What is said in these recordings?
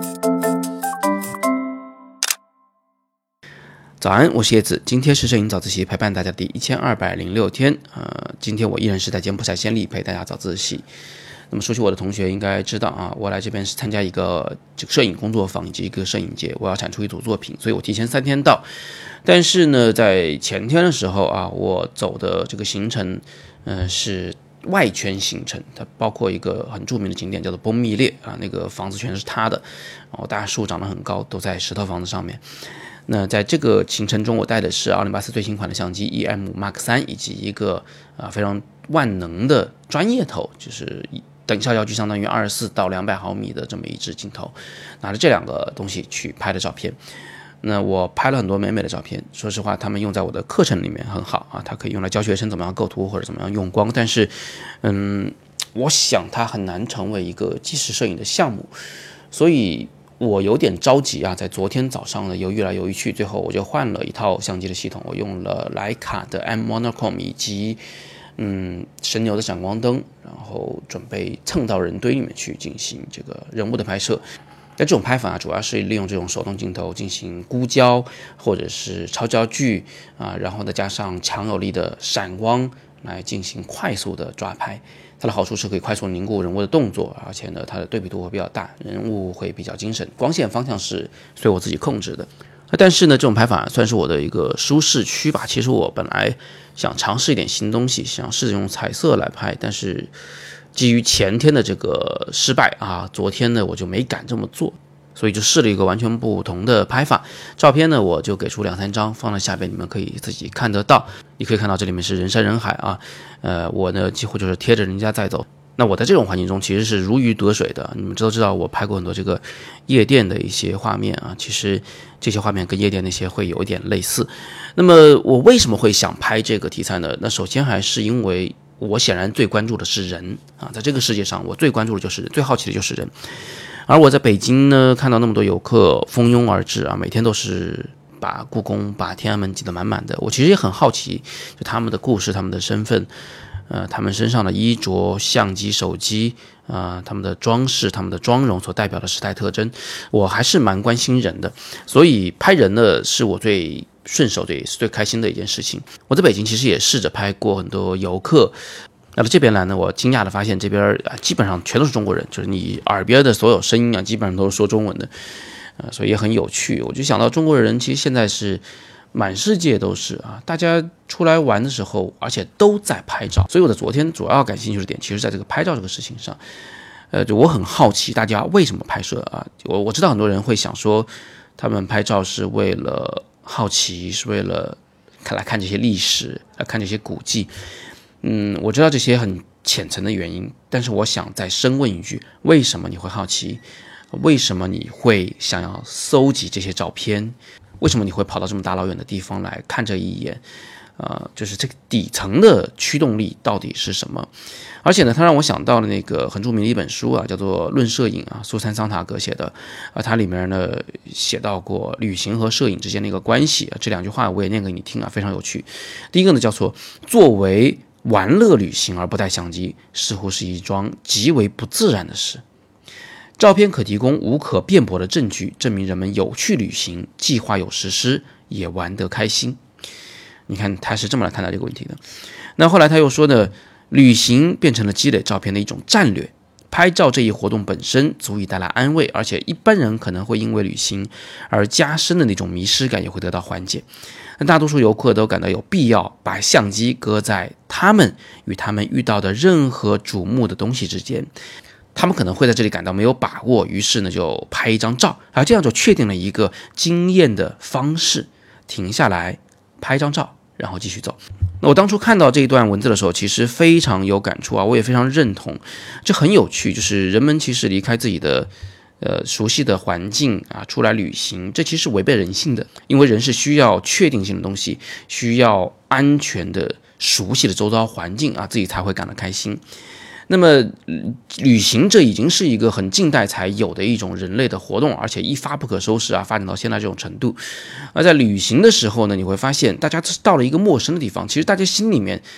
早安，我是叶子，今天是摄影早自习陪伴大家第1206天。今天我依然是在柬埔寨暹粒陪大家早自习。那么熟悉我的同学应该知道啊，我来这边是参加一个摄影工作坊以及一个摄影节，我要产出一组作品，所以我提前3天到。但是呢，在前天的时候啊，我走的这个行程，是外圈行程，它包括一个很著名的景点叫做崩密列啊，那个房子全是塌的，然后大树长得很高，都在石头房子上面。那在这个行程中，我带的是奥林巴斯最新款的相机 EM Mark 3，以及一个非常万能的专业头，就是等效焦距相当于24到200毫米的这么一支镜头，拿着这2个东西去拍的照片。那我拍了很多美美的照片，说实话，他们用在我的课程里面很好啊，它可以用来教学生怎么样构图或者怎么样用光，但是，我想它很难成为一个纪实摄影的项目，所以我有点着急啊，在昨天早上呢犹豫来犹豫去，最后我就换了一套相机的系统，我用了徕卡的 M Monochrome 以及神牛的闪光灯，然后准备蹭到人堆里面去进行这个人物的拍摄。那这种拍法主要是利用这种手动镜头进行估焦或者是超焦距啊，然后再加上强有力的闪光来进行快速的抓拍。它的好处是可以快速凝固人物的动作，而且呢，它的对比度会比较大，人物会比较精神，光线方向是随我自己控制的。但是呢，这种拍法算是我的一个舒适区吧。其实我本来想尝试一点新东西，想试着用彩色来拍，但是基于前天的这个失败啊，昨天呢我就没敢这么做，所以就试了一个完全不同的拍法。照片呢我就给出2-3张放在下边，你们可以自己看得到。你可以看到这里面是人山人海啊，我呢几乎就是贴着人家在走。那我在这种环境中其实是如鱼得水的，你们都知道我拍过很多这个夜店的一些画面啊，其实这些画面跟夜店那些会有一点类似。那么我为什么会想拍这个题材呢？那首先还是因为我显然最关注的是人啊，在这个世界上我最关注的就是人，最好奇的就是人。而我在北京呢，看到那么多游客蜂拥而至啊，每天都是把故宫、把天安门挤得满满的。我其实也很好奇，就他们的故事、他们的身份，他们身上的衣着、相机、手机他们的装饰、他们的妆容所代表的时代特征，我还是蛮关心人的。所以拍人呢，是我最顺手、最开心的一件事情。我在北京其实也试着拍过很多游客。那到这边来呢，我惊讶的发现这边基本上全都是中国人，就是你耳边的所有声音基本上都是说中文的，所以也很有趣。我就想到中国人其实现在是满世界都是大家出来玩的时候，而且都在拍照。所以我的昨天主要感兴趣的点，其实在这个拍照这个事情上。就我很好奇大家为什么拍摄啊？我知道很多人会想说，他们拍照是为了好奇，是为了看这些历史，看这些古迹。我知道这些很浅层的原因，但是我想再深问一句：为什么你会好奇？为什么你会想要搜集这些照片？为什么你会跑到这么大老远的地方来看这一眼？就是这个底层的驱动力到底是什么？而且呢，它让我想到了那个很著名的一本书叫做《论摄影》苏珊·桑塔格写的它里面呢写到过旅行和摄影之间的一个关系这2句话我也念给你听非常有趣。第一个呢叫做作为玩乐旅行而不带相机，似乎是一桩极为不自然的事。照片可提供无可辩驳的证据，证明人们有去旅行，计划有实施，也玩得开心。你看他是这么来看待这个问题的。那后来他又说呢，旅行变成了积累照片的一种战略，拍照这一活动本身足以带来安慰，而且一般人可能会因为旅行而加深的那种迷失感也会得到缓解。那大多数游客都感到有必要把相机搁在他们与他们遇到的任何瞩目的东西之间，他们可能会在这里感到没有把握，于是呢就拍一张照，而这样就确定了一个经验的方式，停下来拍张照，然后继续走。那我当初看到这一段文字的时候，其实非常有感触我也非常认同。这很有趣，就是人们其实离开自己的熟悉的环境出来旅行，这其实是违背人性的，因为人是需要确定性的东西，需要安全的、熟悉的周遭环境自己才会感到开心。那么旅行这已经是一个很近代才有的一种人类的活动，而且一发不可收拾发展到现在这种程度。而在旅行的时候呢，你会发现大家到了一个陌生的地方，其实大家心里面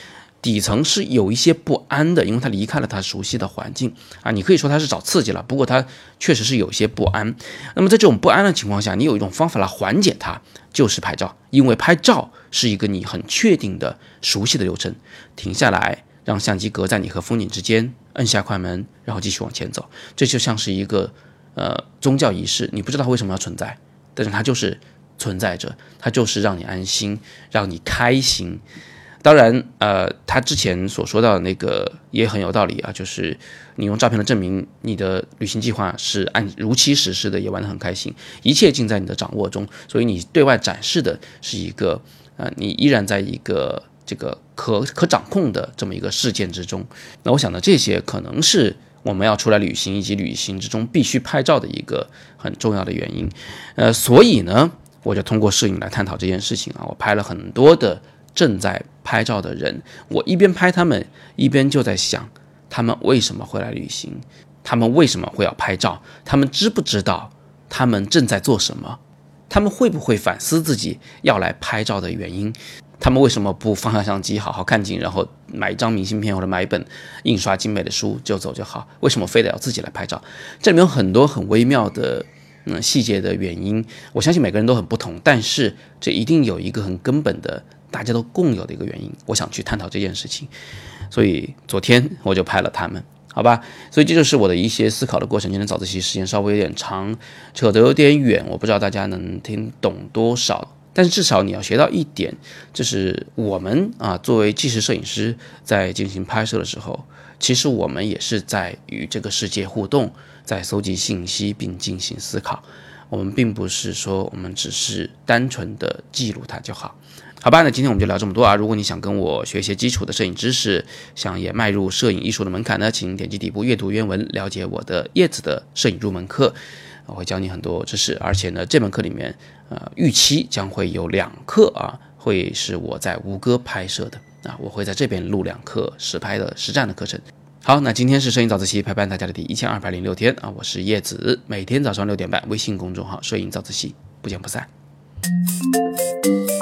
底层是有一些不安的，因为他离开了他熟悉的环境啊。你可以说他是找刺激了，不过他确实是有些不安。那么在这种不安的情况下，你有一种方法来缓解它，就是拍照。因为拍照是一个你很确定的熟悉的流程，停下来，让相机隔在你和风景之间，摁下快门，然后继续往前走。这就像是一个宗教仪式，你不知道为什么要存在，但是它就是存在着，它就是让你安心，让你开心。当然，他之前所说到的那个也很有道理啊，就是你用照片的证明你的旅行计划是如期实施的，也玩得很开心，一切尽在你的掌握中，所以你对外展示的是一个你依然在一个这个可掌控的这么一个事件之中。那我想呢，这些可能是我们要出来旅行以及旅行之中必须拍照的一个很重要的原因。所以呢，我就通过摄影来探讨这件事情啊，我拍了很多的正在拍照的人，我一边拍他们，一边就在想，他们为什么会来旅行？他们为什么会要拍照？他们知不知道他们正在做什么？他们会不会反思自己要来拍照的原因？他们为什么不放下相机好好看景，然后买一张明信片或者买一本印刷精美的书就走就好？为什么非得要自己来拍照？这里面有很多很微妙的细节的原因，我相信每个人都很不同，但是这一定有一个很根本的大家都共有的一个原因，我想去探讨这件事情，所以昨天我就拍了他们，好吧？所以这就是我的一些思考的过程。今天早自习时间稍微有点长，扯得有点远，我不知道大家能听懂多少，但是至少你要学到一点，就是我们作为纪实摄影师在进行拍摄的时候，其实我们也是在与这个世界互动，在搜集信息并进行思考。我们并不是说我们只是单纯的记录它就好，好吧？那今天我们就聊这么多啊！如果你想跟我学一些基础的摄影知识，想也迈入摄影艺术的门槛呢，请点击底部阅读原文，了解我的叶子的摄影入门课，我会教你很多知识。而且呢，这门课里面预期将会有2课会是我在吴哥拍摄的我会在这边录2课实拍的实战的课程。好，那今天是摄影早自习陪伴大家的第1206天我是叶子，每天早上6点半，微信公众号摄影早自习，不见不散。